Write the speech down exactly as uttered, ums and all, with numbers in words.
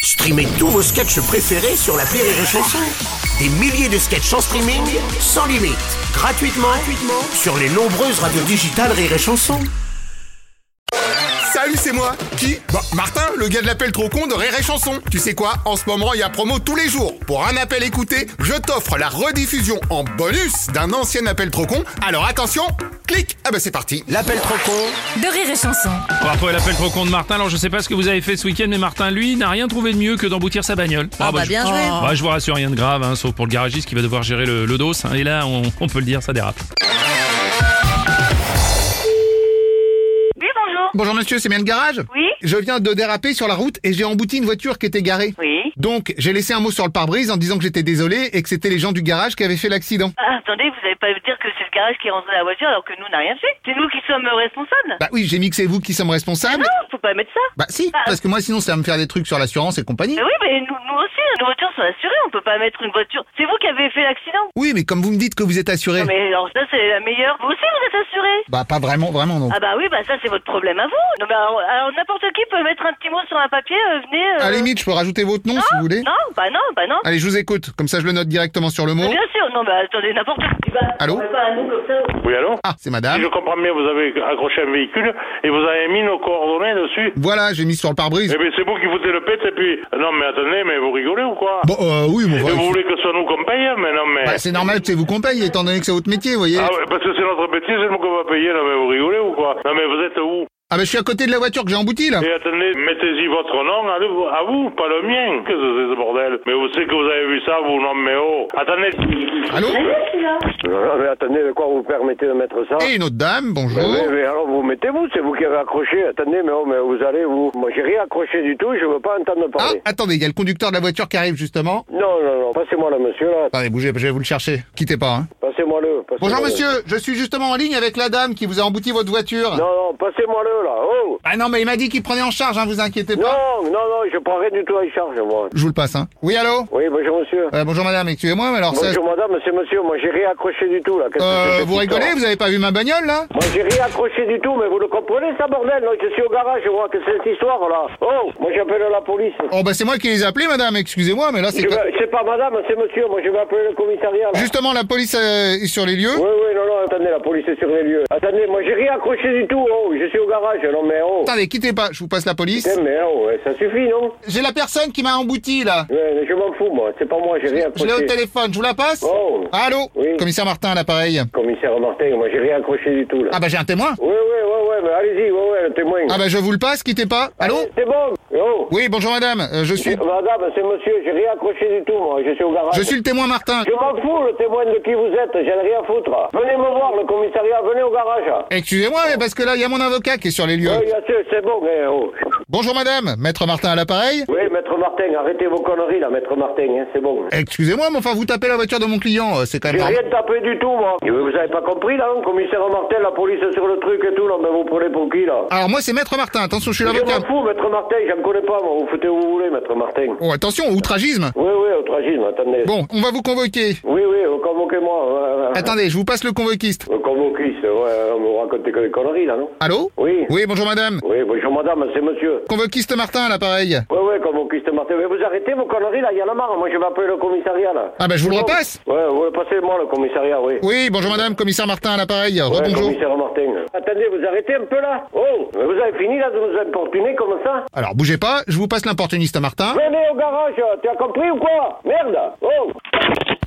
Streamez tous vos sketchs préférés sur l'appli Rire et Chanson. Des milliers de sketchs en streaming, sans limite, gratuitement, gratuitement sur les nombreuses radios digitales Rire et Chanson. Salut, c'est moi. Qui? Bah, Martin, le gars de l'appel trop con de Rire et Chanson. Tu sais quoi? En ce moment, il y a promo tous les jours. Pour un appel écouté, je t'offre la rediffusion en bonus d'un ancien appel trop con. Alors attention, clique. Ah bah c'est parti. L'appel trop con de Rire et Chanson. On va retrouver l'appel trop con de Martin. Alors je sais pas ce que vous avez fait ce week-end, mais Martin, lui, n'a rien trouvé de mieux que d'emboutir sa bagnole. Ah bah je... bien joué. Bah, je vous rassure, rien de grave, hein, sauf pour le garagiste qui va devoir gérer le, le dos. Hein, et là, on, on peut le dire, ça dérape. Bonjour monsieur, c'est bien le garage? Oui. Je viens de déraper sur la route et j'ai embouti une voiture qui était garée. Oui. Donc, j'ai laissé un mot sur le pare-brise en disant que j'étais désolé et que c'était les gens du garage qui avaient fait l'accident. Ah, attendez, vous allez pas me dire que c'est le garage qui est rentré dans la voiture alors que nous, on n'a rien fait. C'est nous qui sommes responsables. Bah oui, j'ai mis que c'est vous qui sommes responsables. Non, faut pas mettre ça. Bah si, Ah. parce que moi sinon ça va me faire des trucs sur l'assurance et compagnie. Mais oui, mais nous, nous aussi, nos voitures sont assurées. On peut pas mettre une voiture. C'est vous qui avez fait l'accident. Oui, mais comme vous me dites que vous êtes assuré. Non, mais alors ça, c'est la meilleure. Vous aussi, vous êtes assuré. Bah pas vraiment, vraiment non. Ah bah oui, bah ça, c'est votre problème à vous. Non, mais alors, alors, n'importe qui peut mettre un petit mot sur un papier. Euh, venez. Euh... À la limite, je peux rajouter votre nom si vous voulez. Non, bah non, bah non. Allez, je vous écoute, comme ça je le note directement sur le mot. Bien sûr, non, bah attendez, n'importe qui. Bah, Allô? on fait pas un nom comme ça. Oui, allô? Ah, c'est Si madame. je comprends bien, vous avez accroché un véhicule et vous avez mis nos coordonnées dessus. Voilà, j'ai mis sur le pare-brise. Eh bien, c'est vous qui foutez le pète et puis... Non, mais attendez, mais vous rigolez ou quoi? Bon, euh, oui, bon, Et voilà. vous voulez que ce soit nous qu'on paye? Mais non, mais... Bah, c'est normal que c'est vous qu'on paye, étant donné que c'est votre métier, vous voyez. Ah ouais, parce que c'est notre métier, c'est nous qu'on va payer. Non, mais vous rigolez ou quoi? Non, mais vous êtes où? Ah bah je suis à côté de la voiture que j'ai emboutie là. Et attendez, mettez-y votre nom à vous, à vous, pas le mien. Qu'est-ce que c'est ce bordel? Mais vous savez que vous avez vu ça, vous, non, mais oh. Attendez. Allô? Non, mais attendez, de quoi vous permettez de mettre ça? Et une autre dame, bonjour. mais, mais alors vous mettez-vous, c'est vous qui avez accroché. Attendez, mais, oh, mais vous allez, vous... Moi j'ai rien accroché du tout, je veux pas entendre Ah, parler. attendez, il y a le conducteur de la voiture qui arrive justement. Non, non, non, passez-moi le monsieur là. Attendez, bougez, je vais vous le chercher. Quittez pas, hein. Passez-moi le. Bonjour monsieur, je suis justement en ligne avec la dame qui vous a embouti votre voiture. Non, non, passez-moi le là, oh. Ah non, mais il m'a dit qu'il prenait en charge, hein, vous inquiétez pas. Non, non, non, je prends rien du tout à charge, moi. Je vous le passe, hein. Oui, allô? Oui, bonjour monsieur. Euh, bonjour madame, excusez-moi, mais alors ça... Bonjour madame, c'est monsieur, moi j'ai rien accroché du tout là. Qu'est-ce que c'est Euh, cette vous rigolez, histoire vous avez pas vu ma bagnole là? Moi j'ai rien accroché du tout, mais vous le comprenez ça bordel? Non, je suis au garage, je vois que c'est cette histoire là. Oh, moi j'appelle la police. Oh bah c'est moi qui les ai appelés madame, excusez-moi, mais là c'est... Je pas- vais- C'est pas madame, c'est monsieur, moi je vais appeler le commissariat là. Justement, la police euh, est sur les lieux. Oui, oui, non, non, attendez, la police est sur les lieux. Attendez, moi j'ai rien accroché du tout, oh, je suis au garage, non mais oh. Attendez, quittez pas, je vous passe la police. Eh, mais oh, ouais, ça suffit, non? J'ai la personne qui m'a embouti là. Ouais, mais je m'en fous, moi, c'est pas moi, j'ai rien Je l'ai accroché. au téléphone, je vous la passe? Oh. Allô? Oui. Commissaire Martin à l'appareil. Commissaire Martin, moi j'ai rien accroché du tout, là. Ah bah j'ai un témoin. Oui, oui, oui, oui, mais allez-y, oui, oui, le témoin. Ah bah je vous le passe, quittez pas. Allô? Allez, c'est bon, oh. Oui, bonjour madame, euh, je suis... Madame, c'est monsieur, j'ai rien accroché du tout, moi, je suis au garage. Je suis le témoin Martin. Je m'en fous, le témoin de qui vous êtes, j'en ai rien à foutre. Venez me voir, le commissariat, venez au garage. Excusez-moi, mais parce que là, il y a mon avocat qui est sur les lieux. Oui, bien sûr, c'est bon, mais oh. Bonjour madame, maître Martin à l'appareil. Oui, maître Martin, arrêtez vos conneries, là, maître Martin, hein, c'est bon. Excusez-moi, mais enfin vous tapez la voiture de mon client, euh, c'est quand J'ai même... rien tapé du tout, moi. Et vous avez pas compris, là, hein, commissaire Martin, la police est sur le truc et tout, là, mais vous prenez pour qui, là? Alors moi c'est maître Martin, attention, je suis Je l'avocat. m'en fous, maître Martin, j'en connais pas, moi, vous foutez où vous voulez, maître Martin. Oh attention, outragisme. Oui, oui, au tragisme, attendez. Bon, on va vous convoquer. Oui, oui, convoquez-moi. Ouais, ouais. Attendez, je vous passe le convoquiste. Euh, Convoquiste, ouais, on me racontez que des conneries, là, non? Allô? Oui. Oui, bonjour madame. Oui, bonjour madame, c'est monsieur. Convoquiste Martin à l'appareil. Oui, oui, convoquiste Martin. Mais vous arrêtez vos conneries, là, il y en a marre, moi je vais appeler le commissariat, là. Ah bah je vous le repasse. Ouais, ouais, passez-moi le commissariat, oui. Oui, bonjour madame, commissaire Martin à l'appareil. Ouais, Rebonjour. commissaire Martin. Attendez, vous arrêtez un peu, là? Oh, mais vous avez fini, là, de vous importuner comme ça? Alors bougez pas, je vous passe l'importuniste Martin. Venez au garage, tu as compris ou quoi? Merde! Oh!